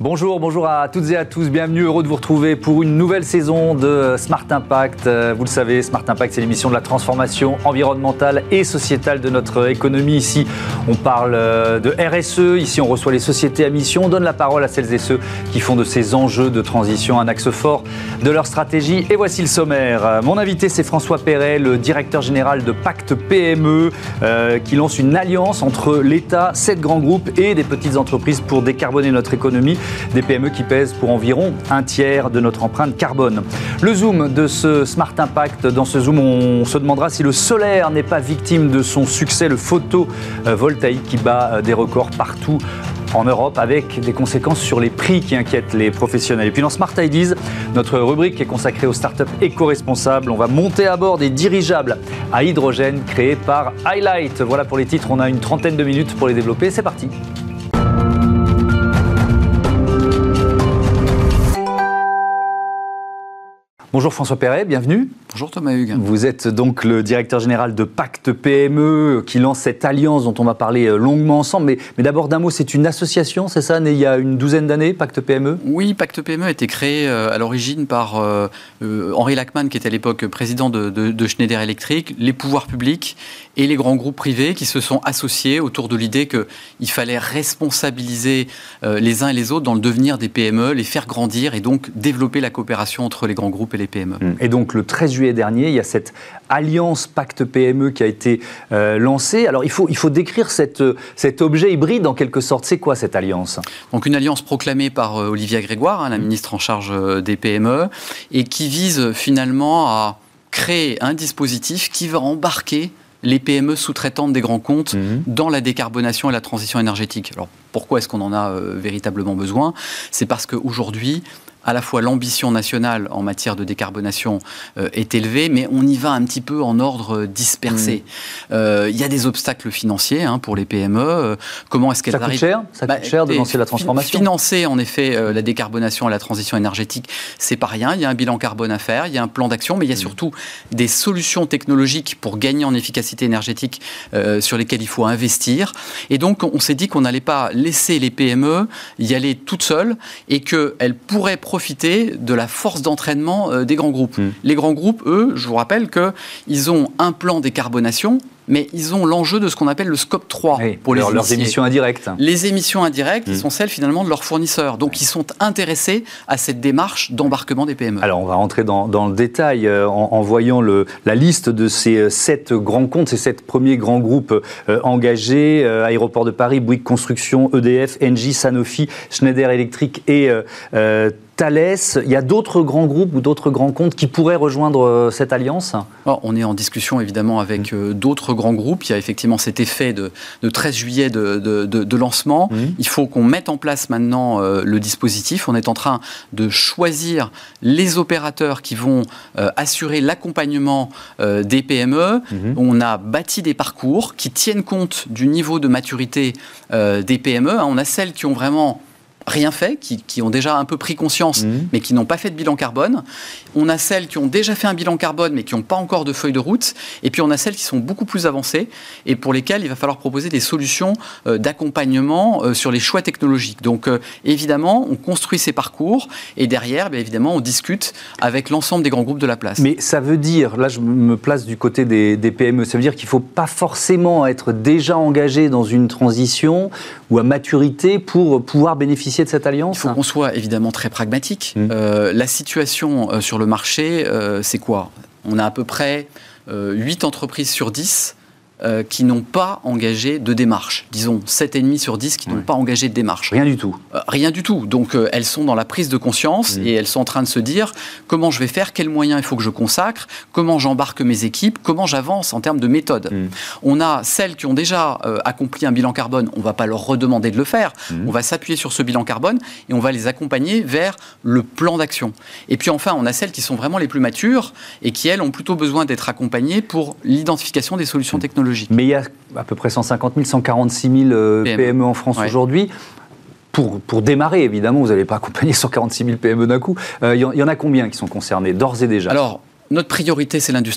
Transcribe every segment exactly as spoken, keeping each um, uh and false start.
Bonjour, bonjour à toutes et à tous, bienvenue, heureux de vous retrouver pour une nouvelle saison de Smart Impact. Vous le savez, Smart Impact, c'est l'émission de la transformation environnementale et sociétale de notre économie. Ici, on parle de R S E, ici on reçoit les sociétés à mission, on donne la parole à celles et ceux qui font de ces enjeux de transition un axe fort de leur stratégie. Et voici le sommaire. Mon invité, c'est François Perret, le directeur général de Pacte P M E, euh, qui lance une alliance entre l'État, sept grands groupes et des petites entreprises pour décarboner notre économie. Des P M E qui pèsent pour environ un tiers de notre empreinte carbone. Le zoom de ce Smart Impact, dans ce zoom, on se demandera si le solaire n'est pas victime de son succès, le photovoltaïque qui bat des records partout en Europe, avec des conséquences sur les prix qui inquiètent les professionnels. Et puis dans Smart Ideas, notre rubrique est consacrée aux startups éco-responsables. On va monter à bord des dirigeables à hydrogène créés par Highlight. Voilà pour les titres, on a une trentaine de minutes pour les développer. C'est parti. Bonjour François Perret, bienvenue. Bonjour Thomas Hugues. Vous êtes donc le directeur général de Pacte P M E qui lance cette alliance dont on va parler longuement ensemble. Mais, mais d'abord d'un mot, c'est une association, c'est ça, née il y a une douzaine d'années, Pacte P M E ? Oui, Pacte P M E a été créé euh, à l'origine par euh, euh, Henri Lachmann, qui était à l'époque président de, de, de Schneider Electric, les pouvoirs publics et les grands groupes privés qui se sont associés autour de l'idée qu'il fallait responsabiliser euh, les uns et les autres dans le devenir des P M E, les faire grandir et donc développer la coopération entre les grands groupes et les P M E. Et donc le treize juillet dernier, il y a cette alliance Pacte P M E qui a été euh, lancée. Alors il faut, il faut décrire cette, cet objet hybride en quelque sorte. C'est quoi cette alliance ? Donc une alliance proclamée par euh, Olivia Grégoire, hein, la ministre en charge euh, des P M E, et qui vise finalement à créer un dispositif qui va embarquer les P M E sous-traitantes des grands comptes mmh. dans la décarbonation et la transition énergétique. Alors pourquoi est-ce qu'on en a euh, véritablement besoin ? C'est parce qu'aujourd'hui, à la fois l'ambition nationale en matière de décarbonation euh, est élevée, mais on y va un petit peu en ordre dispersé. Il mmh. euh, y a des obstacles financiers hein, pour les P M E. Euh, comment est-ce qu'elles ça coûte arrivent cher Ça coûte bah, cher de lancer la transformation. Financer en effet euh, la décarbonation et la transition énergétique, c'est pas rien. Il y a un bilan carbone à faire, il y a un plan d'action, mais il y a mmh. surtout des solutions technologiques pour gagner en efficacité énergétique euh, sur lesquelles il faut investir. Et donc, on s'est dit qu'on n'allait pas laisser les P M E y aller toutes seules et qu'elles pourraient profiter de la force d'entraînement euh, des grands groupes. Mmh. Les grands groupes, eux, je vous rappelle qu'ils ont un plan décarbonation, mais ils ont l'enjeu de ce qu'on appelle le scope trois oui, pour les leur, leurs émissions indirectes. Les émissions indirectes, mmh. ils sont celles finalement de leurs fournisseurs. Donc, oui. ils sont intéressés à cette démarche d'embarquement des P M E. Alors, on va rentrer dans, dans le détail euh, en, en voyant le, la liste de ces euh, sept grands comptes, ces sept premiers grands groupes euh, engagés, euh, Aéroports de Paris, Bouygues Construction, E D F, Engie, Sanofi, Schneider Electric et euh, euh, Thales. Il y a d'autres grands groupes ou d'autres grands comptes qui pourraient rejoindre euh, cette alliance ? Alors, on est en discussion évidemment avec euh, d'autres grands groupes. Il y a effectivement cet effet de, de treize juillet de, de, de, de lancement. Mmh. Il faut qu'on mette en place maintenant euh, le dispositif. On est en train de choisir les opérateurs qui vont euh, assurer l'accompagnement euh, des P M E. Mmh. On a bâti des parcours qui tiennent compte du niveau de maturité euh, des P M E. On a celles qui ont vraiment rien fait, qui, qui ont déjà un peu pris conscience, mmh. mais qui n'ont pas fait de bilan carbone. On a celles qui ont déjà fait un bilan carbone, mais qui n'ont pas encore de feuille de route. Et puis on a celles qui sont beaucoup plus avancées et pour lesquelles il va falloir proposer des solutions euh, d'accompagnement euh, sur les choix technologiques. Donc euh, évidemment, on construit ces parcours et derrière, bien évidemment, on discute avec l'ensemble des grands groupes de la place. Mais ça veut dire, là je me place du côté des, des P M E, ça veut dire qu'il ne faut pas forcément être déjà engagé dans une transition ou à maturité pour pouvoir bénéficier de cette alliance ? Il faut qu'on soit évidemment très pragmatique. Mmh. Euh, la situation euh, sur le marché, euh, c'est quoi ? On a à peu près euh, huit entreprises sur dix euh, qui n'ont pas engagé de démarche. Disons sept virgule cinq sur dix qui n'ont ouais. pas engagé de démarche. Rien du tout. Euh, rien du tout. Donc euh, elles sont dans la prise de conscience mmh. et elles sont en train de se dire comment je vais faire, quels moyens il faut que je consacre, comment j'embarque mes équipes, comment j'avance en termes de méthode. Mmh. On a celles qui ont déjà euh, accompli un bilan carbone, on ne va pas leur redemander de le faire, mmh. on va s'appuyer sur ce bilan carbone et on va les accompagner vers le plan d'action. Et puis enfin, on a celles qui sont vraiment les plus matures et qui, elles, ont plutôt besoin d'être accompagnées pour l'identification des solutions mmh. technologiques. Mais il y a à peu près cent cinquante mille, cent quarante-six mille euh, P M E. P M E en France ouais. aujourd'hui. Pour, pour démarrer, évidemment, vous n'allez pas accompagner cent quarante-six mille P M E d'un coup. Il euh, y, y en a combien qui sont concernés, d'ores et déjà ? Alors, notre priorité, c'est l'industrie.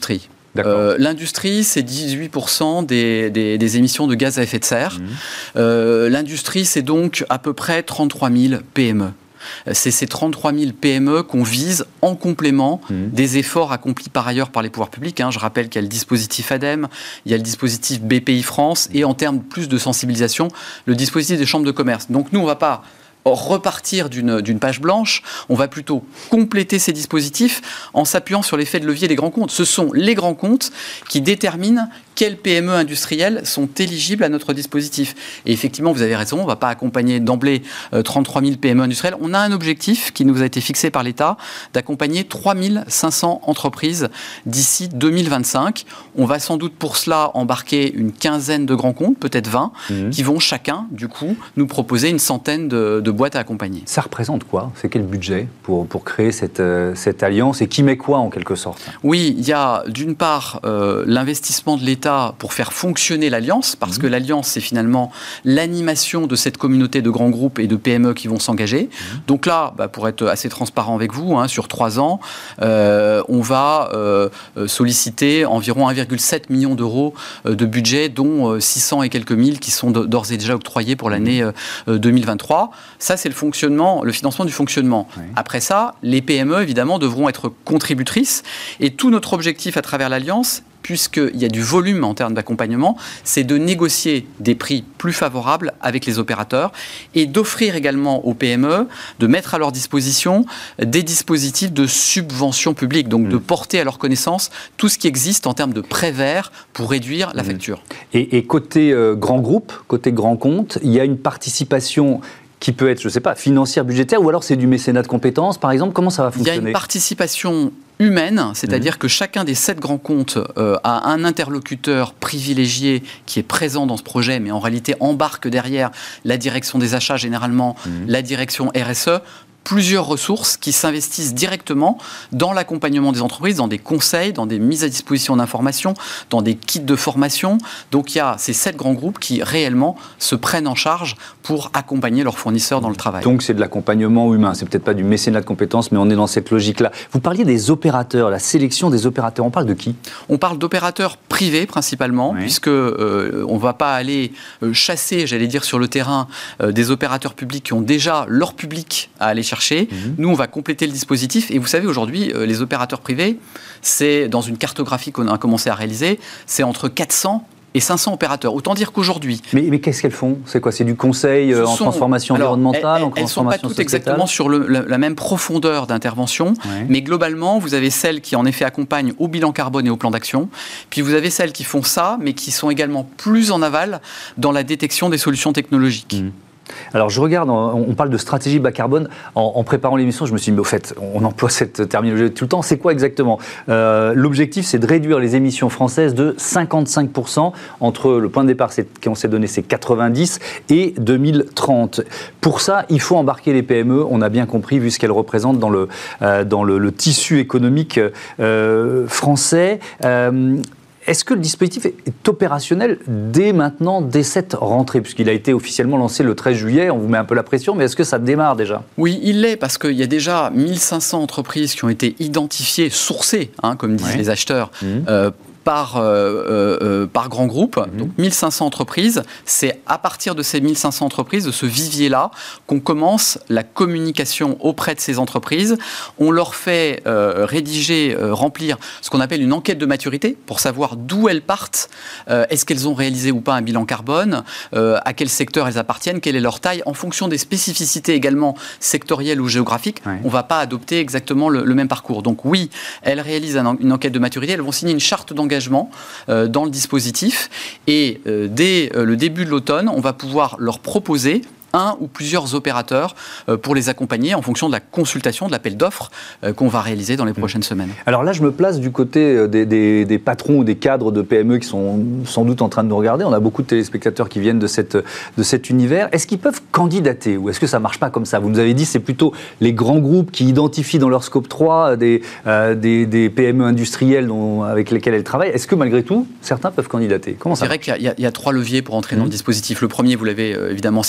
Euh, l'industrie, c'est dix-huit pour cent des, des, des émissions de gaz à effet de serre. Mmh. Euh, l'industrie, c'est donc à peu près trente-trois mille P M E. C'est ces trente-trois mille P M E qu'on vise en complément mmh. des efforts accomplis par ailleurs par les pouvoirs publics. Hein. Je rappelle qu'il y a le dispositif ADEME, il y a le dispositif B P I France et en termes plus de sensibilisation, le dispositif des chambres de commerce. Donc nous, on ne va pas repartir d'une, d'une page blanche, on va plutôt compléter ces dispositifs en s'appuyant sur l'effet de levier des grands comptes. Ce sont les grands comptes qui déterminent quelles P M E industrielles sont éligibles à notre dispositif. Et effectivement, vous avez raison, on ne va pas accompagner d'emblée euh, trente-trois mille P M E industrielles. On a un objectif qui nous a été fixé par l'État d'accompagner trois mille cinq cents entreprises d'ici deux mille vingt-cinq. On va sans doute pour cela embarquer une quinzaine de grands comptes, peut-être vingt, mmh. qui vont chacun, du coup, nous proposer une centaine de, de boîtes à accompagner. Ça représente quoi ? C'est quel budget pour, pour créer cette, euh, cette alliance et qui met quoi en quelque sorte ? Oui, il y a d'une part euh, l'investissement de l'État pour faire fonctionner l'Alliance, parce mmh. que l'Alliance, c'est finalement l'animation de cette communauté de grands groupes et de P M E qui vont s'engager. Mmh. Donc là, bah, pour être assez transparent avec vous, hein, sur trois ans, euh, on va euh, solliciter environ un virgule sept million d'euros de budget, dont six cents et quelques mille qui sont d'ores et déjà octroyés pour l'année euh, deux mille vingt-trois. Ça, c'est le fonctionnement, le financement du fonctionnement. Oui. Après ça, les P M E, évidemment, devront être contributrices. Et tout notre objectif à travers l'Alliance, puisqu'il y a du volume en termes d'accompagnement, c'est de négocier des prix plus favorables avec les opérateurs et d'offrir également aux P M E, de mettre à leur disposition des dispositifs de subvention publique, donc mmh. de porter à leur connaissance tout ce qui existe en termes de prêts verts pour réduire la mmh. facture. Et, et côté euh, grand groupe, côté grand compte, il y a une participation qui peut être, je ne sais pas, financière, budgétaire, ou alors c'est du mécénat de compétences, par exemple. Comment ça va fonctionner ? Il y a une participation humaine, c'est-à-dire mmh. que chacun des sept grands comptes euh, a un interlocuteur privilégié qui est présent dans ce projet, mais en réalité embarque derrière la direction des achats généralement, mmh. la direction R S E, plusieurs ressources qui s'investissent directement dans l'accompagnement des entreprises, dans des conseils, dans des mises à disposition d'informations, dans des kits de formation. Donc il y a ces sept grands groupes qui réellement se prennent en charge pour accompagner leurs fournisseurs dans le travail. Donc c'est de l'accompagnement humain, c'est peut-être pas du mécénat de compétences, mais on est dans cette logique-là. Vous parliez des opérateurs, la sélection des opérateurs, on parle de qui ? On parle d'opérateurs privés principalement, oui. puisque euh, on ne va pas aller euh, chasser, j'allais dire sur le terrain, euh, des opérateurs publics qui ont déjà leur public à aller chercher. Mmh. Nous, on va compléter le dispositif. Et vous savez, aujourd'hui, euh, les opérateurs privés, c'est dans une cartographie qu'on a commencé à réaliser, c'est entre quatre cents et cinq cents opérateurs. Autant dire qu'aujourd'hui... Mais, mais qu'est-ce qu'elles font ? C'est quoi ? C'est du conseil euh, en sont, transformation alors, environnementale, elles, en transformation sociétale ? Elles ne sont pas toutes exactement sur le, la, la même profondeur d'intervention, ouais. mais globalement, vous avez celles qui, en effet, accompagnent au bilan carbone et au plan d'action. Puis vous avez celles qui font ça, mais qui sont également plus en aval dans la détection des solutions technologiques. Mmh. Alors je regarde, on parle de stratégie bas carbone. En, en préparant l'émission, je me suis dit, mais au fait, on emploie cette terminologie tout le temps. C'est quoi exactement ? euh, L'objectif, c'est de réduire les émissions françaises de cinquante-cinq pour cent entre le point de départ qu'on s'est donné, c'est quatre-vingt-dix, et deux mille trente. Pour ça, il faut embarquer les P M E. On a bien compris, vu ce qu'elles représentent dans le, euh, dans le, le tissu économique euh, français. Euh, Est-ce que le dispositif est opérationnel dès maintenant, dès cette rentrée ? Puisqu'il a été officiellement lancé le treize juillet, on vous met un peu la pression, mais est-ce que ça démarre déjà ? Oui, il l'est, parce qu'il y a déjà mille cinq cents entreprises qui ont été identifiées, sourcées, hein, comme disent ouais. les acheteurs, mmh. euh, par, euh, euh, par grand groupe, mmh. donc mille cinq cents entreprises. C'est à partir de ces mille cinq cents entreprises, de ce vivier-là, qu'on commence la communication auprès de ces entreprises. On leur fait euh, rédiger, euh, remplir ce qu'on appelle une enquête de maturité pour savoir d'où elles partent, euh, est-ce qu'elles ont réalisé ou pas un bilan carbone, euh, à quel secteur elles appartiennent, quelle est leur taille, en fonction des spécificités également sectorielles ou géographiques. Ouais. On ne va pas adopter exactement le, le même parcours. Donc oui, elles réalisent un, une enquête de maturité, elles vont signer une charte d'engagement engagement euh, dans le dispositif et euh, dès euh, le début de l'automne, on va pouvoir leur proposer un ou plusieurs opérateurs euh, pour les accompagner en fonction de la consultation, de l'appel d'offres euh, qu'on va réaliser dans les prochaines mmh. semaines. Alors là, je me place du côté des, des, des patrons ou des cadres de P M E qui sont sans doute en train de nous regarder. On a beaucoup de téléspectateurs qui viennent de, cette, de cet univers. Est-ce qu'ils peuvent candidater ou est-ce que ça ne marche pas comme ça ? Vous nous avez dit que c'est plutôt les grands groupes qui identifient dans leur scope trois des, euh, des, des P M E industrielles dont, avec lesquelles elles travaillent. Est-ce que malgré tout, certains peuvent candidater ? Comment ça ? C'est vrai qu'il y a, il y a trois leviers pour entrer mmh. dans le dispositif. Le premier, vous l'avez euh, évidemment signalé,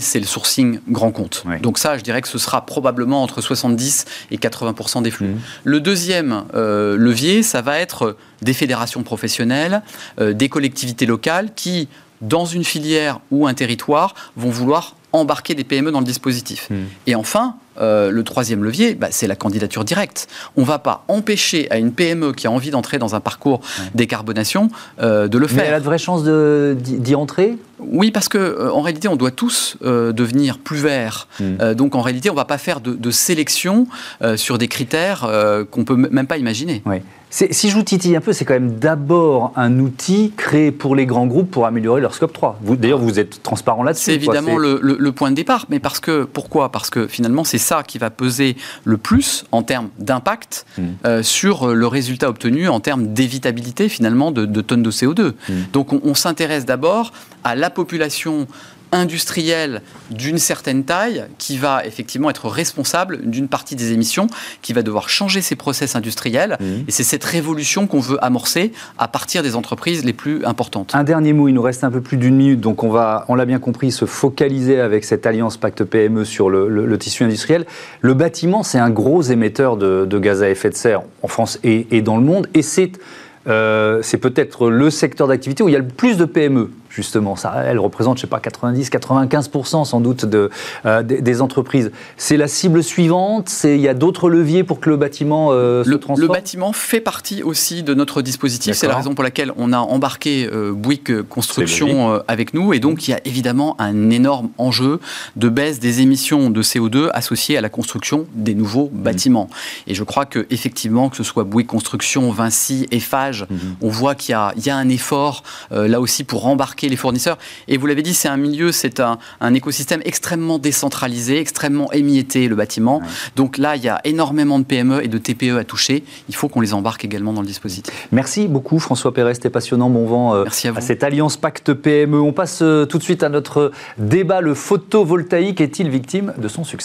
c'est le sourcing grand compte. Oui. Donc ça, je dirais que ce sera probablement entre soixante-dix et quatre-vingts pour cent des flux. Mmh. Le deuxième euh, levier, ça va être des fédérations professionnelles, euh, des collectivités locales qui, dans une filière ou un territoire, vont vouloir embarquer des P M E dans le dispositif. Mmh. Et enfin, euh, le troisième levier, bah, c'est la candidature directe. On ne va pas empêcher à une P M E qui a envie d'entrer dans un parcours mmh. décarbonation euh, de le faire. Mais elle a de vraies chances de, d'y entrer ? Oui, parce qu'en euh, réalité, on doit tous euh, devenir plus verts. Mmh. Euh, donc, en réalité, on ne va pas faire de, de sélection euh, sur des critères euh, qu'on ne peut m- même pas imaginer. Oui. C'est, si je vous titille un peu, c'est quand même d'abord un outil créé pour les grands groupes pour améliorer leur scope trois. Vous, d'ailleurs, vous êtes transparent là-dessus. C'est évidemment quoi, c'est... Le, le, le point de départ. Mais parce que, pourquoi ? Parce que finalement, c'est ça qui va peser le plus en termes d'impact mmh. euh, sur le résultat obtenu en termes d'évitabilité finalement de, de tonnes de C O deux. Mmh. Donc, on, on s'intéresse d'abord à la population industrielle d'une certaine taille qui va effectivement être responsable d'une partie des émissions, qui va devoir changer ses process industriels. Mmh. Et c'est cette révolution qu'on veut amorcer à partir des entreprises les plus importantes. Un dernier mot, il nous reste un peu plus d'une minute, donc on va, on l'a bien compris, se focaliser avec cette alliance Pacte P M E sur le, le, le tissu industriel. Le bâtiment, c'est un gros émetteur de, de gaz à effet de serre en France et, et dans le monde, et c'est, euh, c'est peut-être le secteur d'activité où il y a le plus de P M E. Justement, ça, elle représente, je ne sais pas, quatre-vingt-dix à quatre-vingt-quinze pour cent sans doute de, euh, des, des entreprises. C'est la cible suivante, c'est, il y a d'autres leviers pour que le bâtiment euh, se le, transforme. Le bâtiment fait partie aussi de notre dispositif. D'accord. C'est la raison pour laquelle on a embarqué euh, Bouygues Construction euh, avec nous. Et donc, il y a évidemment un énorme enjeu de baisse des émissions de C O deux associées à la construction des nouveaux mmh. bâtiments. Et je crois qu'effectivement, que ce soit Bouygues Construction, Vinci, Eiffage, mmh. on voit qu'il y a, il y a un effort euh, là aussi pour embarquer les fournisseurs. Et vous l'avez dit, c'est un milieu, c'est un, un écosystème extrêmement décentralisé, extrêmement émietté, le bâtiment. Ouais. Donc là, il y a énormément de P M E et de T P E à toucher. Il faut qu'on les embarque également dans le dispositif. Merci beaucoup, François Perret. C'était passionnant. Bon vent euh, Merci à, vous. à cette alliance Pacte P M E. On passe euh, tout de suite à notre débat. Le photovoltaïque est-il victime de son succès ?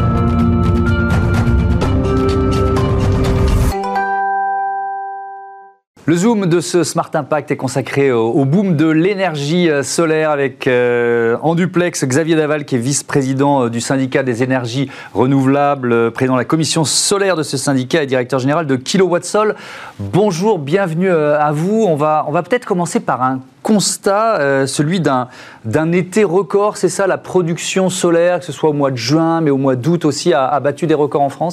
Le Zoom de ce Smart Impact est consacré au, au boom de l'énergie solaire avec euh, en duplex Xavier Daval qui est vice-président euh, du syndicat des énergies renouvelables, euh, président de la commission solaire de ce syndicat et directeur général de Kilowatt Sol. Bonjour, bienvenue euh, à vous. On va, on va peut-être commencer par un constat, euh, celui d'un, d'un été record. C'est ça, la production solaire, que ce soit au mois de juin, mais au mois d'août aussi, a, a battu des records en France ?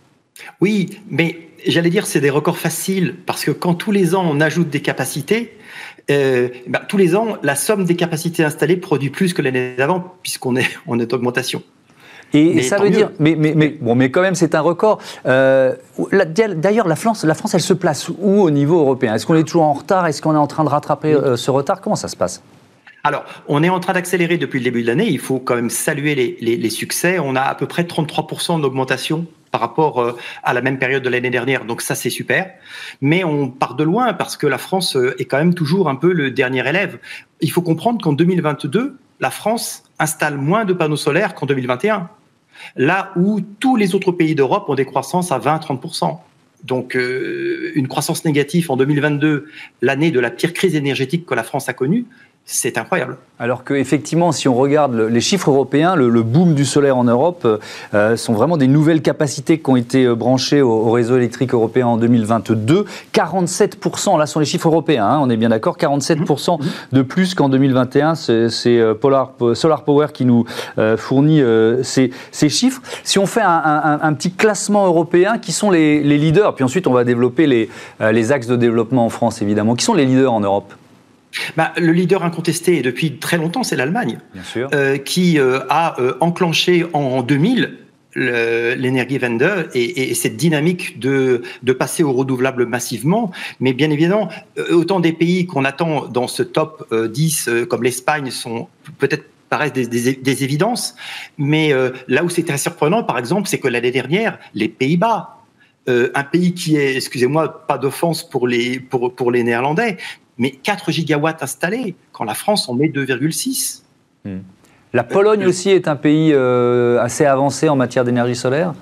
Oui, mais j'allais dire c'est des records faciles parce que quand tous les ans on ajoute des capacités, euh, bah, tous les ans la somme des capacités installées produit plus que l'année d'avant puisqu'on est en est augmentation. Et mais ça veut mieux. dire, mais, mais, mais, bon, mais quand même c'est un record. Euh, la, d'ailleurs la France, la France elle se place où au niveau européen ? Est-ce qu'on est toujours en retard ? Est-ce qu'on est en train de rattraper euh, ce retard ? Comment ça se passe ? Alors, on est en train d'accélérer depuis le début de l'année. Il faut quand même saluer les, les, les succès. On a à peu près trente-trois pour cent d'augmentation par rapport à la même période de l'année dernière. Donc ça, c'est super. Mais on part de loin parce que la France est quand même toujours un peu le dernier élève. Il faut comprendre qu'en deux mille vingt-deux, la France installe moins de panneaux solaires qu'en deux mille vingt et un. Là où tous les autres pays d'Europe ont des croissances à vingt à trente pour cent. Donc, euh, une croissance négative en deux mille vingt-deux, l'année de la pire crise énergétique que la France a connue, c'est incroyable. Alors qu'effectivement, si on regarde le, les chiffres européens, le, le boom du solaire en Europe euh, sont vraiment des nouvelles capacités qui ont été branchées au, au réseau électrique européen en deux mille vingt-deux. quarante-sept pour cent, là sont les chiffres européens, hein, on est bien d'accord, quarante-sept pour cent de plus qu'en deux mille vingt et un. C'est, c'est Polar, Solar Power qui nous euh, fournit euh, ces, ces chiffres. Si on fait un, un, un petit classement européen, qui sont les, les leaders ? Puis ensuite, on va développer les, euh, les axes de développement en France, évidemment. Qui sont les leaders en Europe ? Bah, le leader incontesté, et depuis très longtemps, c'est l'Allemagne, Bien sûr. Euh, qui euh, a euh, enclenché en deux mille le, l'Energiewende et, et cette dynamique de, de passer au renouvelable massivement. Mais bien évidemment, autant des pays qu'on attend dans ce top euh, dix, euh, comme l'Espagne, sont peut-être paraissent des, des, des évidences. Mais euh, là où c'est très surprenant, par exemple, c'est que l'année dernière, les Pays-Bas, euh, un pays qui est, excusez-moi, pas d'offense pour les, pour, pour les Néerlandais, mais quatre gigawatts installés, quand la France en met deux virgule six. La Pologne euh, aussi est un pays euh, assez avancé en matière d'énergie solaire ?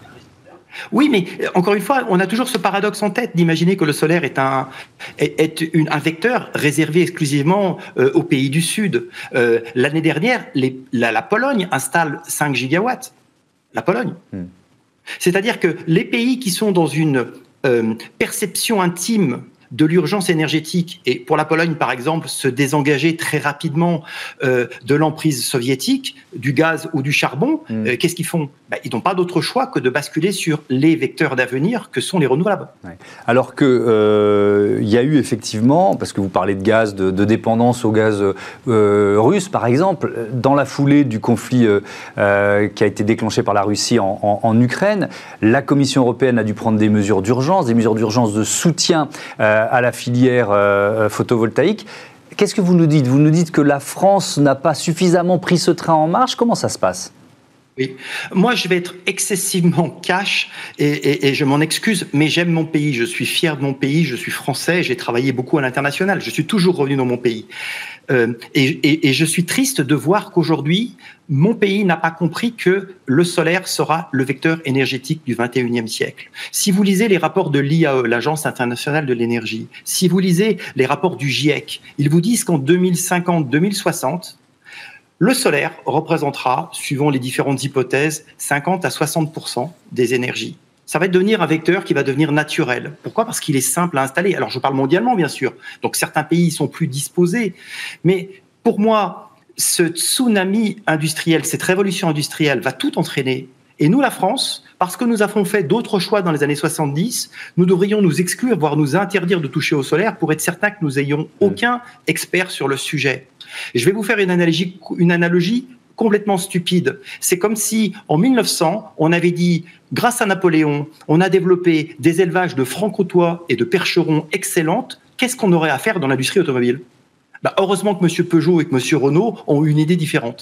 Oui, mais encore une fois, on a toujours ce paradoxe en tête d'imaginer que le solaire est un, est, est une, un vecteur réservé exclusivement euh, aux pays du Sud. Euh, l'année dernière, les, la, la Pologne installe cinq gigawatts. La Pologne. Hmm. C'est-à-dire que les pays qui sont dans une euh, perception intime de l'urgence énergétique, et pour la Pologne, par exemple, se désengager très rapidement euh, de l'emprise soviétique, du gaz ou du charbon, mmh. euh, qu'est-ce qu'ils font ? Ben, ils n'ont pas d'autre choix que de basculer sur les vecteurs d'avenir que sont les renouvelables. Ouais. Alors qu'il euh, y a eu effectivement, parce que vous parlez de gaz, de, de dépendance au gaz euh, russe, par exemple, dans la foulée du conflit euh, euh, qui a été déclenché par la Russie en, en, en Ukraine, la Commission européenne a dû prendre des mesures d'urgence, des mesures d'urgence de soutien euh, à la filière euh, photovoltaïque. Qu'est-ce que vous nous dites ? Vous nous dites que la France n'a pas suffisamment pris ce train en marche. Comment ça se passe ? Oui, moi je vais être excessivement cash et, et, et je m'en excuse, mais j'aime mon pays, je suis fier de mon pays, je suis français, j'ai travaillé beaucoup à l'international, je suis toujours revenu dans mon pays. Euh, et, et, et je suis triste de voir qu'aujourd'hui, mon pays n'a pas compris que le solaire sera le vecteur énergétique du vingt et unième siècle. Si vous lisez les rapports de l'I A E, l'Agence internationale de l'énergie, si vous lisez les rapports du GIEC, ils vous disent qu'en deux mille cinquante deux mille soixante, le solaire représentera, suivant les différentes hypothèses, cinquante à soixante pour cent des énergies. Ça va devenir un vecteur qui va devenir naturel. Pourquoi ? Parce qu'il est simple à installer. Alors, je parle mondialement, bien sûr. Donc, certains pays y sont plus disposés. Mais pour moi, ce tsunami industriel, cette révolution industrielle va tout entraîner. Et nous, la France, parce que nous avons fait d'autres choix dans les années soixante-dix, nous devrions nous exclure, voire nous interdire de toucher au solaire pour être certains que nous n'ayons aucun expert sur le sujet. Et je vais vous faire une analogie, une analogie complètement stupide. C'est comme si, en mille neuf cents, on avait dit, grâce à Napoléon, on a développé des élevages de francs-comtois et de percherons excellentes. Qu'est-ce qu'on aurait à faire dans l'industrie automobile ? Bah, heureusement que M. Peugeot et que M. Renault ont eu une idée différente.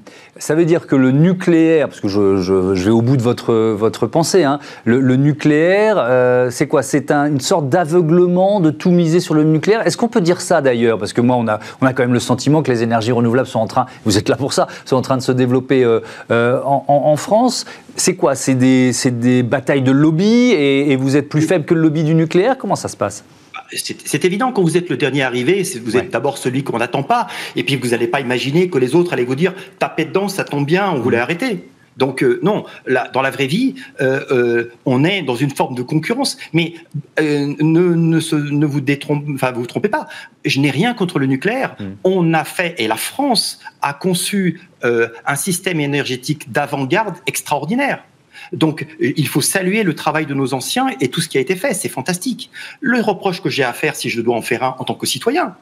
Ça veut dire que le nucléaire, parce que je, je, je vais au bout de votre, votre pensée, hein, le, le nucléaire, euh, c'est quoi ? C'est un, une sorte d'aveuglement de tout miser sur le nucléaire. Est-ce qu'on peut dire ça d'ailleurs ? Parce que moi, on a, on a quand même le sentiment que les énergies renouvelables sont en train, vous êtes là pour ça, sont en train de se développer euh, euh, en, en, en France. C'est quoi ? C'est des, c'est des batailles de lobby et, et vous êtes plus faible que le lobby du nucléaire ? Comment ça se passe ? C'est, c'est évident, quand vous êtes le dernier arrivé, vous êtes ouais. d'abord celui qu'on n'attend pas, et puis vous n'allez pas imaginer que les autres allaient vous dire « tapez dedans, ça tombe bien, on voulait arrêter ». Donc euh, non, là, dans la vraie vie, euh, euh, on est dans une forme de concurrence, mais euh, ne, ne, se, ne vous, détrompe, enfin, vous vous trompez pas, je n'ai rien contre le nucléaire, mmh. on a fait, et la France a conçu euh, un système énergétique d'avant-garde extraordinaire. Donc, il faut saluer le travail de nos anciens et tout ce qui a été fait. C'est fantastique. Le reproche que j'ai à faire, si je dois en faire un en tant que citoyen,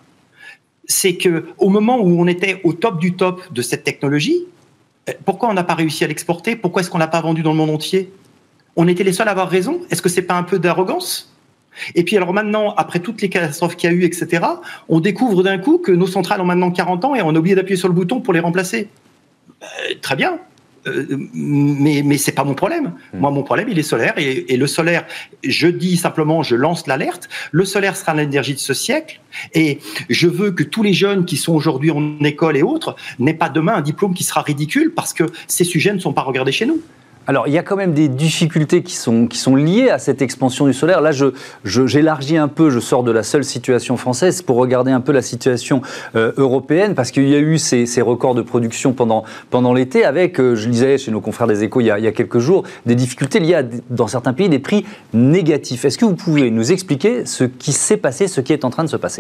c'est qu'au moment où on était au top du top de cette technologie, pourquoi on n'a pas réussi à l'exporter ? Pourquoi est-ce qu'on ne l'a pas vendu dans le monde entier ? On était les seuls à avoir raison ? Est-ce que ce n'est pas un peu d'arrogance ? Et puis alors maintenant, après toutes les catastrophes qu'il y a eu, et cetera, on découvre d'un coup que nos centrales ont maintenant quarante ans et on a oublié d'appuyer sur le bouton pour les remplacer. Euh, très bien. Euh, mais mais c'est pas mon problème. Mmh. Moi, mon problème, il est solaire. Et, et le solaire, je dis simplement, je lance l'alerte. Le solaire sera l'énergie de ce siècle. Et je veux que tous les jeunes qui sont aujourd'hui en école et autres n'aient pas demain un diplôme qui sera ridicule parce que ces sujets ne sont pas regardés chez nous. Alors, il y a quand même des difficultés qui sont, qui sont liées à cette expansion du solaire. Là, je, je, j'élargis un peu, je sors de la seule situation française pour regarder un peu la situation euh, européenne, parce qu'il y a eu ces, ces records de production pendant, pendant l'été, avec, euh, je lisais chez nos confrères des Échos il y, a, il y a quelques jours, des difficultés liées à, dans certains pays, des prix négatifs. Est-ce que vous pouvez nous expliquer ce qui s'est passé, ce qui est en train de se passer ?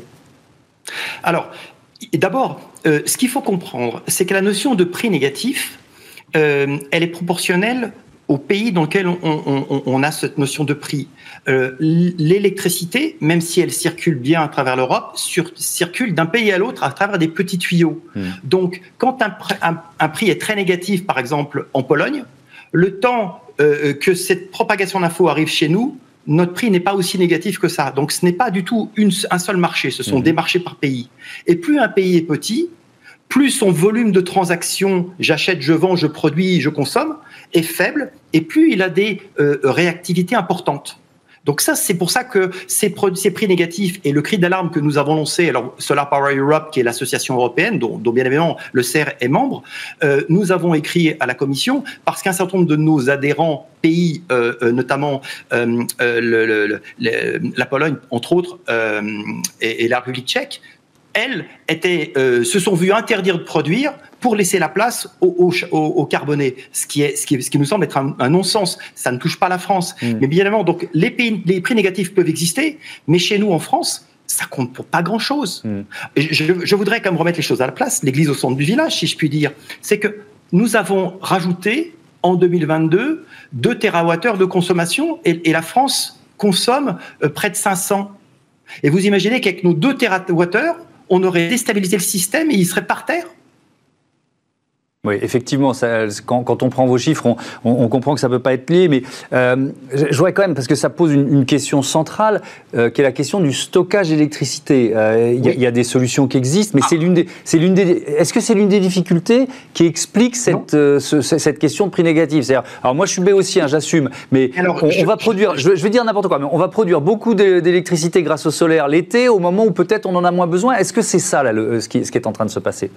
Alors, d'abord, euh, ce qu'il faut comprendre, c'est que la notion de prix négatif, Euh, elle est proportionnelle au pays dans lequel on, on, on a cette notion de prix. Euh, l'électricité, même si elle circule bien à travers l'Europe, sur, circule d'un pays à l'autre à travers des petits tuyaux. Mmh. Donc, quand un, un, un prix est très négatif, par exemple en Pologne, le temps euh, que cette propagation d'infos arrive chez nous, notre prix n'est pas aussi négatif que ça. Donc, ce n'est pas du tout une, un seul marché, ce sont mmh. des marchés par pays. Et plus un pays est petit, plus son volume de transactions, j'achète, je vends, je produis, je consomme, est faible, et plus il a des euh, réactivités importantes. Donc ça, c'est pour ça que ces, pro- ces prix négatifs et le cri d'alarme que nous avons lancé, alors Solar Power Europe, qui est l'association européenne, dont, dont bien évidemment le C E R est membre, euh, nous avons écrit à la Commission parce qu'un certain nombre de nos adhérents pays, euh, euh, notamment euh, euh, le, le, le, la Pologne, entre autres, euh, et, et la République tchèque, elles étaient, euh, se sont vues interdire de produire pour laisser la place au, au, au, au carboné, ce qui, est, ce, qui est, ce qui nous semble être un, un non-sens. Ça ne touche pas la France. Mmh. Mais bien évidemment, donc, les, pays, les prix négatifs peuvent exister, mais chez nous, en France, ça compte pour pas grand-chose. Mmh. Je, je voudrais quand même remettre les choses à la place, l'église au centre du village, si je puis dire. C'est que nous avons rajouté, en deux mille vingt-deux, deux térawattheures de consommation, et, et la France consomme euh, près de cinq cents. Et vous imaginez qu'avec nos deux térawattheures, on aurait déstabilisé le système et il serait par terre? Oui, effectivement, ça, quand, quand on prend vos chiffres, on, on, on comprend que ça ne peut pas être lié, mais euh, je, je voudrais quand même, parce que ça pose une, une question centrale, euh, qui est la question du stockage d'électricité. Euh, il oui. y, y a des solutions qui existent, mais ah. c'est l'une des, c'est l'une des, est-ce que c'est l'une des difficultés qui explique cette, euh, ce, cette question de prix négatif? C'est-à-dire, alors moi je suis béotien, j'assume, mais alors, on, je, on va produire, je, je vais dire n'importe quoi, mais on va produire beaucoup d'électricité grâce au solaire l'été, au moment où peut-être on en a moins besoin. Est-ce que c'est ça là, le, ce, qui, ce qui est en train de se passer?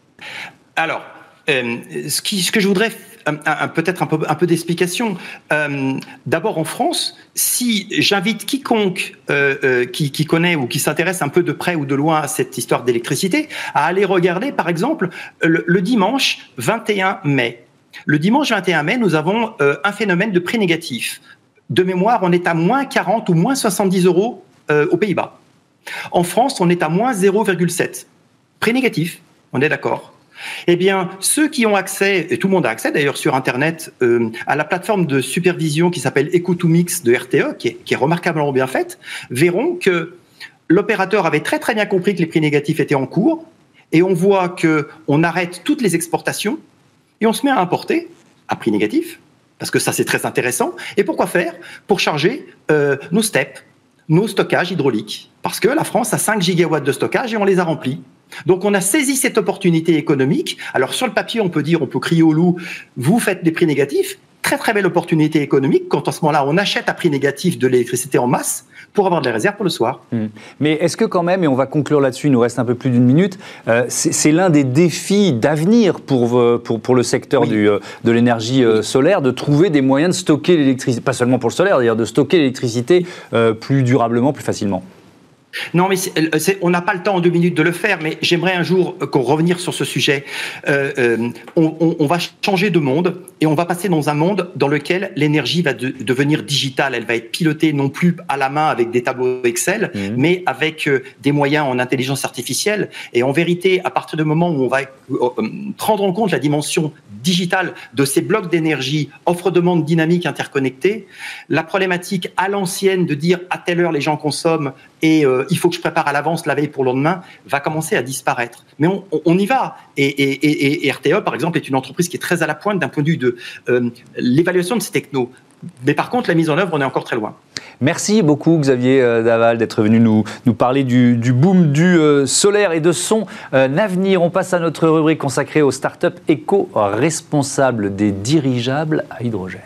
Alors, Euh, ce, qui, ce que je voudrais, un, un, peut-être un peu, un peu d'explication. Euh, d'abord en France, si j'invite quiconque euh, euh, qui, qui connaît ou qui s'intéresse un peu de près ou de loin à cette histoire d'électricité, à aller regarder par exemple le, le dimanche vingt et un mai. Le dimanche vingt et un mai, nous avons euh, un phénomène de prix négatif. De mémoire, on est à moins quarante ou moins soixante-dix euros euh, aux Pays-Bas. En France, on est à moins zéro virgule sept. Prix négatif, on est d'accord. Eh bien, ceux qui ont accès, et tout le monde a accès d'ailleurs sur Internet, euh, à la plateforme de supervision qui s'appelle Eco to Mix de R T E, qui est, qui est remarquablement bien faite, verront que l'opérateur avait très très bien compris que les prix négatifs étaient en cours, et on voit qu'on arrête toutes les exportations, et on se met à importer à prix négatif, parce que ça c'est très intéressant. Et pourquoi faire? Pour charger euh, nos steppes, nos stockages hydrauliques, parce que la France a cinq gigawatts de stockage et on les a remplis. Donc on a saisi cette opportunité économique. Alors sur le papier, on peut dire, on peut crier au loup, vous faites des prix négatifs. Très très belle opportunité économique quand à ce moment-là, on achète à prix négatif de l'électricité en masse pour avoir de la réserve pour le soir. Mmh. Mais est-ce que quand même, et on va conclure là-dessus, il nous reste un peu plus d'une minute, euh, c'est, c'est l'un des défis d'avenir pour, pour, pour le secteur oui. du, de l'énergie oui. solaire, de trouver des moyens de stocker l'électricité, pas seulement pour le solaire d'ailleurs, de stocker l'électricité euh, plus durablement, plus facilement? Non, mais c'est, c'est, on n'a pas le temps en deux minutes de le faire, mais j'aimerais un jour qu'on revenir sur ce sujet. Euh, euh, on, on, on va changer de monde et on va passer dans un monde dans lequel l'énergie va de, devenir digitale. Elle va être pilotée non plus à la main avec des tableaux Excel, mmh. mais avec euh, des moyens en intelligence artificielle. Et en vérité, à partir du moment où on va euh, prendre en compte la dimension digitale de ces blocs d'énergie, offre-demande dynamique interconnectée, la problématique à l'ancienne de dire à telle heure les gens consomment et euh, il faut que je prépare à l'avance la veille pour le lendemain, va commencer à disparaître. Mais on, on, on y va. Et, et, et, et R T E, par exemple, est une entreprise qui est très à la pointe d'un point de vue de euh, l'évaluation de ces technos. Mais par contre, la mise en œuvre, on est encore très loin. Merci beaucoup, Xavier Daval, d'être venu nous, nous parler du, du boom du euh, solaire et de son euh, avenir. On passe à notre rubrique consacrée aux startups éco-responsables des dirigeables à hydrogène.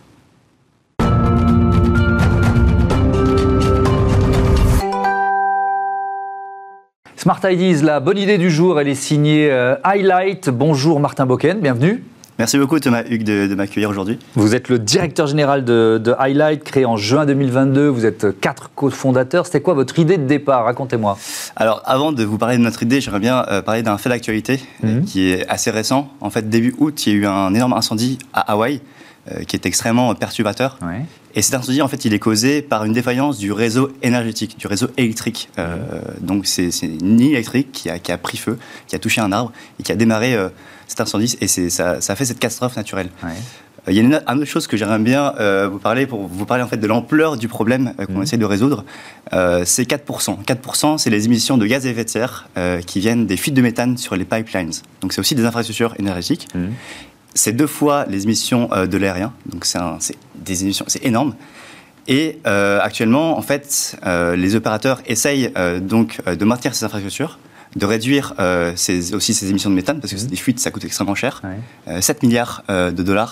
Smart Ideas, la bonne idée du jour, elle est signée euh, Highlight. Bonjour Martin Bocken, bienvenue. Merci beaucoup Thomas Hugues de, de m'accueillir aujourd'hui. Vous êtes le directeur général de, de Highlight, créé en juin deux mille vingt-deux. Vous êtes quatre cofondateurs. C'était quoi votre idée de départ? Racontez-moi. Alors, avant de vous parler de notre idée, j'aimerais bien euh, parler d'un fait d'actualité mmh. euh, qui est assez récent. En fait, début août, il y a eu un énorme incendie à Hawaï euh, qui est extrêmement perturbateur. Ouais. Et cet incendie, en fait, il est causé par une défaillance du réseau énergétique, du réseau électrique. Euh, mmh. Donc, c'est, c'est une ligne électrique qui a, qui a pris feu, qui a touché un arbre et qui a démarré euh, cet incendie. Et c'est, ça, ça a fait cette catastrophe naturelle. Ouais. Euh, il y a une, une autre chose que j'aimerais bien euh, vous parler, pour vous parler en fait de l'ampleur du problème euh, qu'on mmh. essaie de résoudre. Euh, c'est quatre pour cent. quatre pour cent, c'est les émissions de gaz à effet de serre euh, qui viennent des fuites de méthane sur les pipelines. Donc, c'est aussi des infrastructures énergétiques. Mmh. C'est deux fois les émissions euh, de l'aérien, donc c'est, un, c'est des émissions, c'est énorme. Et euh, actuellement, en fait, euh, les opérateurs essayent euh, donc euh, de maintenir ces infrastructures, de réduire euh, ces, aussi ces émissions de méthane, parce que mmh. des fuites, ça coûte extrêmement cher, ouais. euh, sept milliards euh, de dollars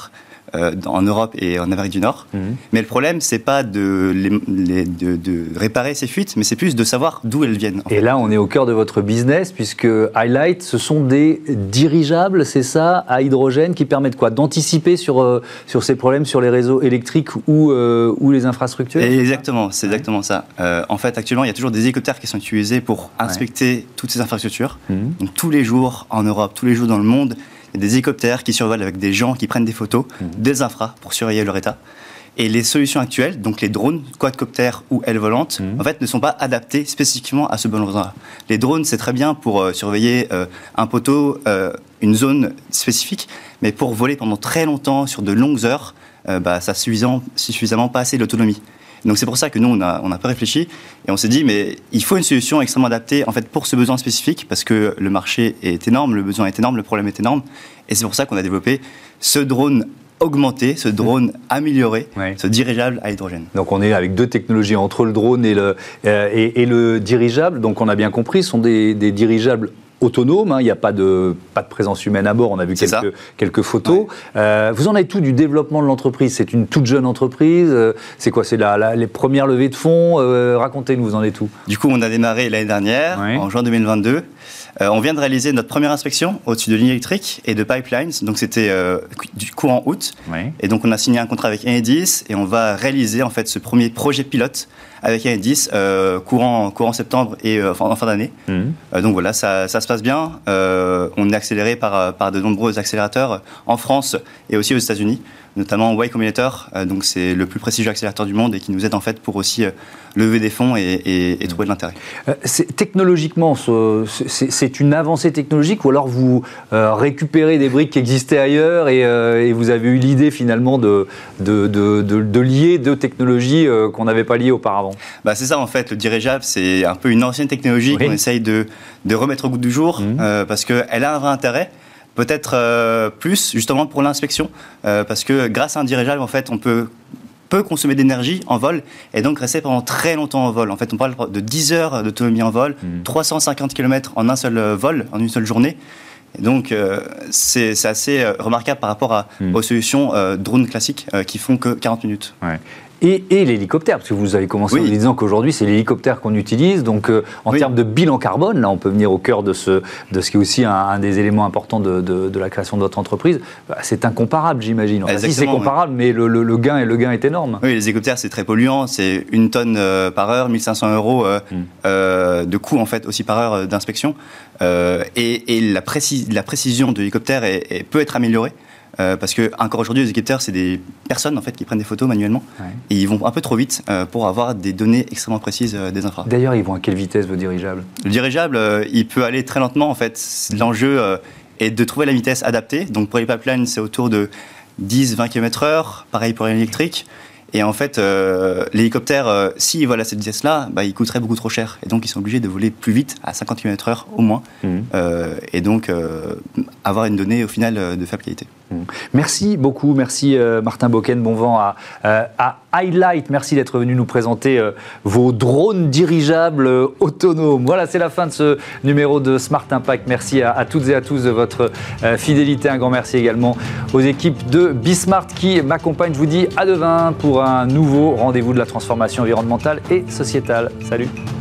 euh, en Europe et en Amérique du Nord. Mmh. Mais le problème, c'est pas de, les, les, de, de réparer ces fuites, mais c'est plus de savoir d'où elles viennent. Et fait. Là, on est au cœur de votre business, puisque Highlight, ce sont des dirigeables, c'est ça, à hydrogène, qui permettent quoi? D'anticiper sur, euh, sur ces problèmes sur les réseaux électriques ou, euh, ou les infrastructures? Et exactement, c'est ouais. exactement ça. Euh, en fait, actuellement, il y a toujours des hélicoptères qui sont utilisés pour inspecter ouais. toutes ces infrastructures. Mmh. Donc, tous les jours en Europe, tous les jours dans le monde, il y a des hélicoptères qui survolent avec des gens qui prennent des photos mmh. des infras pour surveiller leur état. Et les solutions actuelles, donc les drones, quadcoptères ou ailes volantes, mmh. en fait, ne sont pas adaptés spécifiquement à ce besoin-là. Les drones, c'est très bien pour euh, surveiller euh, un poteau, euh, une zone spécifique, mais pour voler pendant très longtemps, sur de longues heures, euh, bah, ça n'a suffisamment, suffisamment pas assez d'autonomie. Donc c'est pour ça que nous, on a, on a peu réfléchi et on s'est dit, mais il faut une solution extrêmement adaptée en fait, pour ce besoin spécifique, parce que le marché est énorme, le besoin est énorme, le problème est énorme. Et c'est pour ça qu'on a développé ce drone augmenté, ce drone amélioré, oui. ce dirigeable à hydrogène. Donc on est avec deux technologies entre le drone et le, euh, et, et le dirigeable. Donc on a bien compris, ce sont des, des dirigeables autonomes, hein, il n'y a pas de, pas de présence humaine à bord, on a vu quelques, quelques photos. Ouais. Euh, vous en avez tout du développement de l'entreprise, c'est une toute jeune entreprise, euh, c'est quoi, c'est la, la, les premières levées de fonds, euh, racontez-nous, vous en êtes tout. Du coup on a démarré l'année dernière, ouais. en juin deux mille vingt-deux. Euh, on vient de réaliser notre première inspection au-dessus de lignes électriques et de pipelines, donc c'était euh, du courant août. Oui. Et donc on a signé un contrat avec Enedis et on va réaliser en fait ce premier projet pilote avec Enedis euh, courant, courant septembre et euh, en fin d'année. Mmh. Euh, donc voilà, ça, ça se passe bien. Euh, on est accéléré par, par de nombreux accélérateurs en France et aussi aux États-Unis, notamment Y Combinator, euh, donc c'est le plus prestigieux accélérateur du monde et qui nous aide en fait pour aussi euh, lever des fonds et, et, et trouver de l'intérêt. Euh, c'est, technologiquement, ce, c'est, c'est une avancée technologique ou alors vous euh, récupérez des briques qui existaient ailleurs et, euh, et vous avez eu l'idée finalement de, de, de, de, de lier deux technologies euh, qu'on n'avait pas liées auparavant? Bah, c'est ça en fait, le dirigeable c'est un peu une ancienne technologie oui. qu'on essaye de, de remettre au goût du jour mmh. euh, parce qu'elle a un vrai intérêt. Peut-être euh, plus justement pour l'inspection, euh, parce que grâce à un dirigeable, en fait, on peut, peut consommer d'énergie en vol et donc rester pendant très longtemps en vol. En fait, on parle de dix heures d'autonomie en vol, mmh. trois cent cinquante kilomètres en un seul vol, en une seule journée. Et donc, euh, c'est, c'est assez euh, remarquable par rapport à, mmh. aux solutions euh, drones classiques euh, qui font que quarante minutes. Ouais. Et, et l'hélicoptère, parce que vous avez commencé oui. en disant qu'aujourd'hui c'est l'hélicoptère qu'on utilise, donc euh, en oui. termes de bilan carbone, là on peut venir au cœur de ce, de ce qui est aussi un, un des éléments importants de, de, de la création de votre entreprise, bah, c'est incomparable j'imagine. Enfin, si c'est comparable, oui. mais le, le, le, gain, le gain est énorme. Oui, les hélicoptères c'est très polluant, c'est une tonne euh, par heure, mille cinq cents euros euh, mm. euh, de coût en fait aussi par heure euh, d'inspection, euh, et, et la, précis, la précision de l'hélicoptère est, est, peut être améliorée. Euh, parce que encore aujourd'hui, les hélicoptères, c'est des personnes en fait qui prennent des photos manuellement ouais. et ils vont un peu trop vite euh, pour avoir des données extrêmement précises euh, des infras. D'ailleurs, ils vont à quelle vitesse vos dirigeables? Le dirigeable, euh, il peut aller très lentement en fait. L'enjeu euh, est de trouver la vitesse adaptée. Donc pour les pipelines, c'est autour de dix à vingt kilomètres heure. Pareil pour l'électrique. Et en fait, euh, l'hélicoptère, euh, s'il vole à cette vitesse-là, bah, il coûterait beaucoup trop cher. Et donc, ils sont obligés de voler plus vite, à cinquante kilomètres heure au moins. Mmh. Euh, et donc, euh, avoir une donnée, au final, de faible qualité. Mmh. Merci beaucoup. Merci, euh, Martin Bocken. Bon vent à, euh, à Highlight. Merci d'être venu nous présenter euh, vos drones dirigeables euh, autonomes. Voilà, c'est la fin de ce numéro de Smart Impact. Merci à, à toutes et à tous de votre euh, fidélité. Un grand merci également aux équipes de Bismart qui m'accompagnent. Je vous dis à demain pour un nouveau rendez-vous de la transformation environnementale et sociétale. Salut.